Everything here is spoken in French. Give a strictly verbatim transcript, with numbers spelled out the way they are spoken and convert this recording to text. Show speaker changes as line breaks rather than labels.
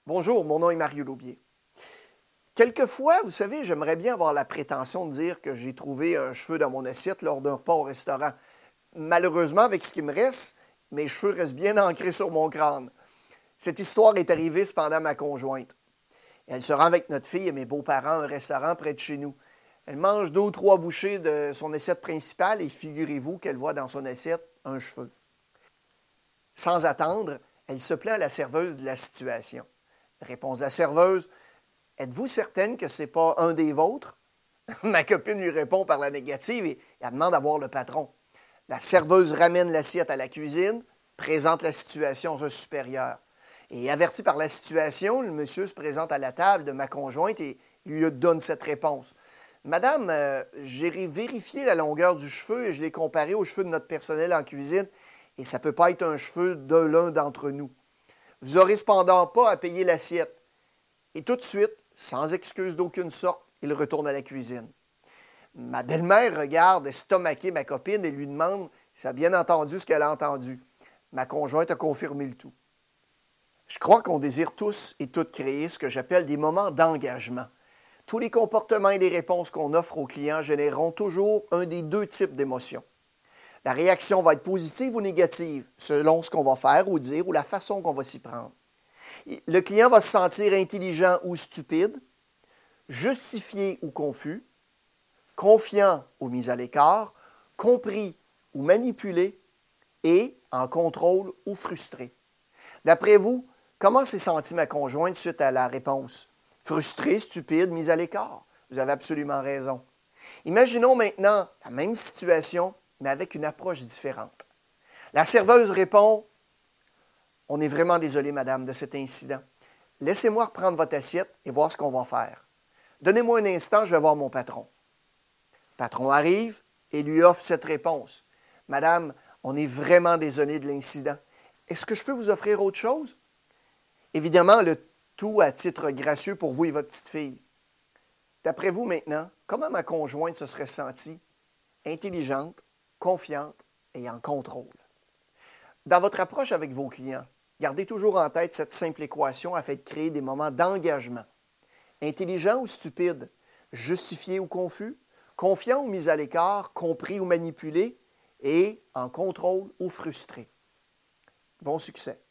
Bonjour, mon nom est Mario Laubier. Quelquefois, vous savez, j'aimerais bien avoir la prétention de dire que j'ai trouvé un cheveu dans mon assiette lors d'un repas au restaurant. Malheureusement, avec ce qui me reste, mes cheveux restent bien ancrés sur mon crâne. Cette histoire est arrivée cependant à ma conjointe. Elle se rend avec notre fille et mes beaux-parents à un restaurant près de chez nous. Elle mange deux ou trois bouchées de son assiette principale et figurez-vous qu'elle voit dans son assiette un cheveu. Sans attendre, elle se plaint à la serveuse de la situation. Réponse de la serveuse: « Êtes-vous certaine que ce n'est pas un des vôtres? » Ma copine lui répond par la négative et elle demande à voir le patron. La serveuse ramène l'assiette à la cuisine, présente la situation à son supérieur. Et averti par la situation, le monsieur se présente à la table de ma conjointe et lui donne cette réponse. « Madame, euh, j'ai vérifié la longueur du cheveu et je l'ai comparé aux cheveux de notre personnel en cuisine et ça ne peut pas être un cheveu de l'un d'entre nous. Vous n'aurez cependant pas à payer l'assiette. » Et tout de suite, sans excuse d'aucune sorte, il retourne à la cuisine. Ma belle-mère regarde estomaquée ma copine et lui demande si elle a bien entendu ce qu'elle a entendu. Ma conjointe a confirmé le tout. Je crois qu'on désire tous et toutes créer ce que j'appelle des moments d'engagement. Tous les comportements et les réponses qu'on offre aux clients généreront toujours un des deux types d'émotions. La réaction va être positive ou négative, selon ce qu'on va faire ou dire ou la façon qu'on va s'y prendre. Le client va se sentir intelligent ou stupide, justifié ou confus, confiant ou mis à l'écart, compris ou manipulé et en contrôle ou frustré. D'après vous, comment s'est sentie ma conjointe suite à la réponse? Frustrée, stupide, mise à l'écart. Vous avez absolument raison. Imaginons maintenant la même situation, mais avec une approche différente. La serveuse répond: « On est vraiment désolé, madame, de cet incident. Laissez-moi reprendre votre assiette et voir ce qu'on va faire. Donnez-moi un instant, je vais voir mon patron. » Le patron arrive et lui offre cette réponse. « Madame, on est vraiment désolé de l'incident. Est-ce que je peux vous offrir autre chose? » Évidemment, le tout à titre gracieux pour vous et votre petite fille. D'après vous maintenant, comment ma conjointe se serait sentie? Intelligente, confiante et en contrôle. Dans votre approche avec vos clients, gardez toujours en tête cette simple équation afin de créer des moments d'engagement. Intelligent ou stupide, justifié ou confus, confiant ou mis à l'écart, compris ou manipulé, et en contrôle ou frustré. Bon succès!